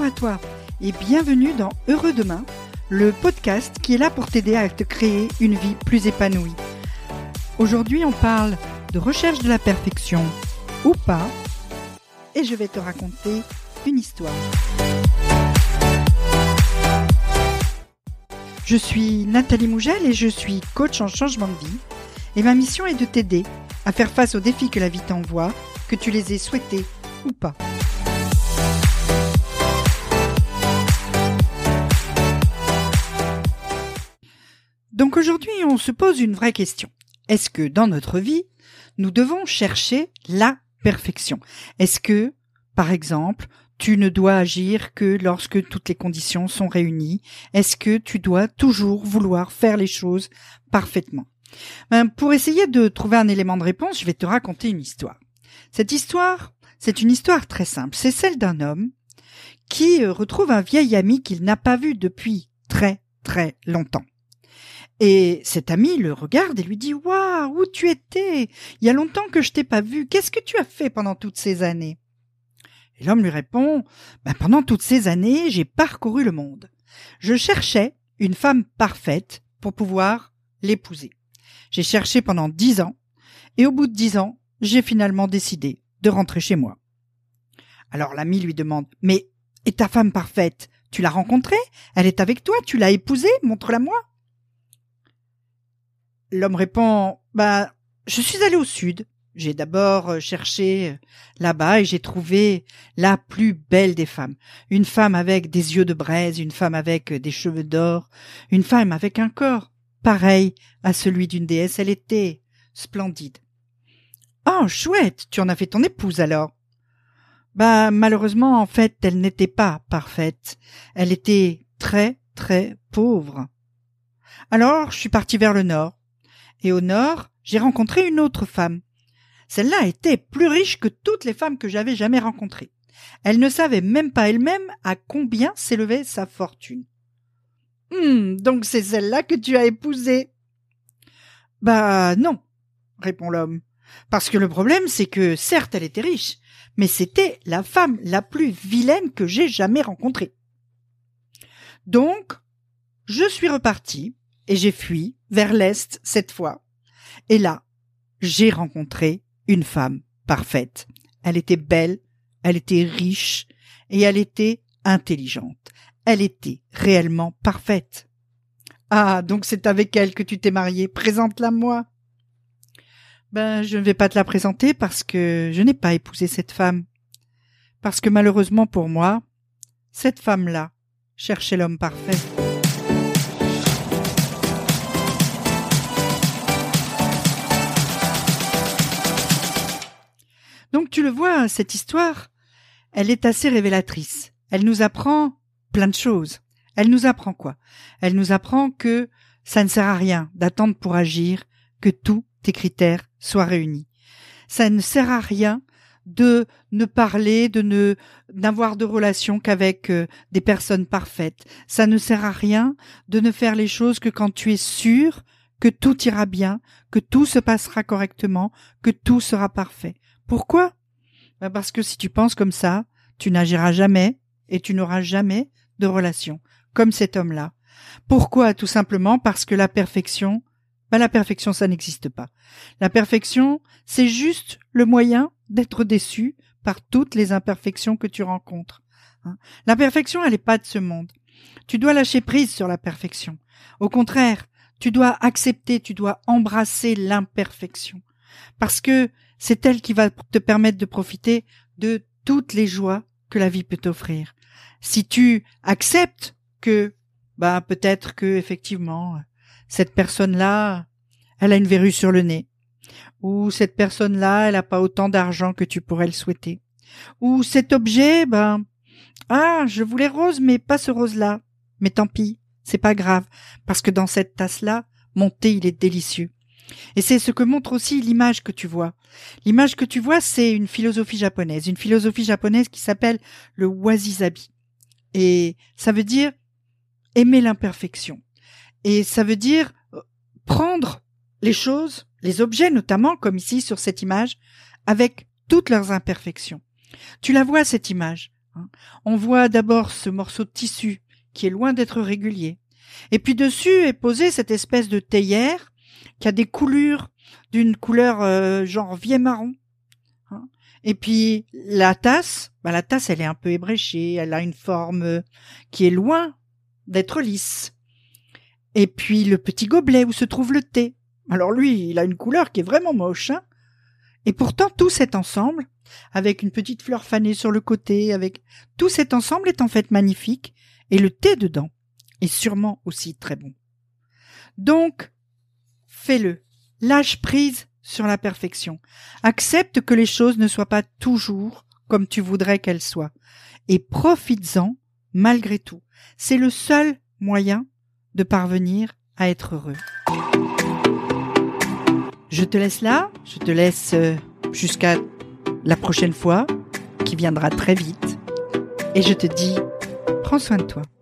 à toi et bienvenue dans Heureux Demain, le podcast qui est là pour t'aider à te créer une vie plus épanouie. Aujourd'hui, on parle de recherche de la perfection ou pas et je vais te raconter une histoire. Je suis Nathalie Mougel et je suis coach en changement de vie et ma mission est de t'aider à faire face aux défis que la vie t'envoie, que tu les aies souhaités ou pas. Donc aujourd'hui, on se pose une vraie question. Est-ce que dans notre vie, nous devons chercher la perfection ? Est-ce que, par exemple, tu ne dois agir que lorsque toutes les conditions sont réunies ? Est-ce que tu dois toujours vouloir faire les choses parfaitement ? Pour essayer de trouver un élément de réponse, je vais te raconter une histoire. Cette histoire, c'est une histoire très simple. C'est celle d'un homme qui retrouve un vieil ami qu'il n'a pas vu depuis très très longtemps. Et cet ami le regarde et lui dit « Waouh, où tu étais ? Il y a longtemps que je t'ai pas vu. Qu'est-ce que tu as fait pendant toutes ces années ?» Et l'homme lui répond « Pendant toutes ces années, j'ai parcouru le monde. Je cherchais une femme parfaite pour pouvoir l'épouser. J'ai cherché pendant 10 ans et au bout de 10 ans, j'ai finalement décidé de rentrer chez moi. » Alors l'ami lui demande « Mais et ta femme parfaite, tu l'as rencontrée ? Elle est avec toi ? Tu l'as épousée ? Montre-la-moi. » L'homme répond « je suis allé au sud. J'ai d'abord cherché là-bas et j'ai trouvé la plus belle des femmes. Une femme avec des yeux de braise, une femme avec des cheveux d'or, une femme avec un corps pareil à celui d'une déesse. Elle était splendide. »« Oh, chouette, tu en as fait ton épouse alors ?» Malheureusement, en fait, elle n'était pas parfaite. Elle était très, très pauvre. Alors, je suis parti vers le nord. Et au nord, j'ai rencontré une autre femme. Celle-là était plus riche que toutes les femmes que j'avais jamais rencontrées. Elle ne savait même pas elle-même à combien s'élevait sa fortune. « Donc c'est celle-là que tu as épousée ?» ?»« Non, » répond l'homme. « Parce que le problème, c'est que certes elle était riche, mais c'était la femme la plus vilaine que j'ai jamais rencontrée. Donc, je suis reparti et j'ai fui vers l'est cette fois. Et là, j'ai rencontré une femme parfaite. Elle était belle, elle était riche et elle était intelligente. Elle était réellement parfaite. »« Ah, donc c'est avec elle que tu t'es marié. Présente-la-moi. » »« Je ne vais pas te la présenter parce que je n'ai pas épousé cette femme. Parce que malheureusement pour moi, cette femme-là cherchait l'homme parfait. » Donc tu le vois, cette histoire, elle est assez révélatrice. Elle nous apprend plein de choses. Elle nous apprend quoi ? Elle nous apprend que ça ne sert à rien d'attendre pour agir que tous tes critères soient réunis. Ça ne sert à rien de ne parler, n'avoir de relation qu'avec des personnes parfaites. Ça ne sert à rien de ne faire les choses que quand tu es sûr que tout ira bien, que tout se passera correctement, que tout sera parfait. Pourquoi ? Parce que si tu penses comme ça, tu n'agiras jamais et tu n'auras jamais de relation, comme cet homme-là. Pourquoi ? Tout simplement parce que la perfection, ça n'existe pas. La perfection, c'est juste le moyen d'être déçu par toutes les imperfections que tu rencontres. La perfection, elle n'est pas de ce monde. Tu dois lâcher prise sur la perfection. Au contraire, tu dois accepter, tu dois embrasser l'imperfection. Parce que c'est elle qui va te permettre de profiter de toutes les joies que la vie peut t'offrir. Si tu acceptes que, peut-être que, effectivement, cette personne-là, elle a une verrue sur le nez. Ou cette personne-là, elle n'a pas autant d'argent que tu pourrais le souhaiter. Ou cet objet, je voulais rose, mais pas ce rose-là. Mais tant pis, c'est pas grave. Parce que dans cette tasse-là, mon thé, il est délicieux. Et c'est ce que montre aussi l'image que tu vois. L'image que tu vois, c'est une philosophie japonaise qui s'appelle le wabi-sabi. Et ça veut dire aimer l'imperfection. Et ça veut dire prendre les choses, les objets notamment, comme ici sur cette image, avec toutes leurs imperfections. Tu la vois cette image. On voit d'abord ce morceau de tissu qui est loin d'être régulier. Et puis dessus est posée cette espèce de théière qui a des coulures d'une couleur genre vieil marron. Et puis la tasse elle est un peu ébréchée, elle a une forme qui est loin d'être lisse. Et puis le petit gobelet où se trouve le thé. Alors lui, il a une couleur qui est vraiment moche, hein. Et pourtant tout cet ensemble, avec une petite fleur fanée sur le côté, avec tout cet ensemble est en fait magnifique, et le thé dedans est sûrement aussi très bon. Donc, fais-le. Lâche prise sur la perfection. Accepte que les choses ne soient pas toujours comme tu voudrais qu'elles soient. Et profites-en malgré tout. C'est le seul moyen de parvenir à être heureux. Je te laisse là. Je te laisse jusqu'à la prochaine fois, qui viendra très vite. Et je te dis, prends soin de toi.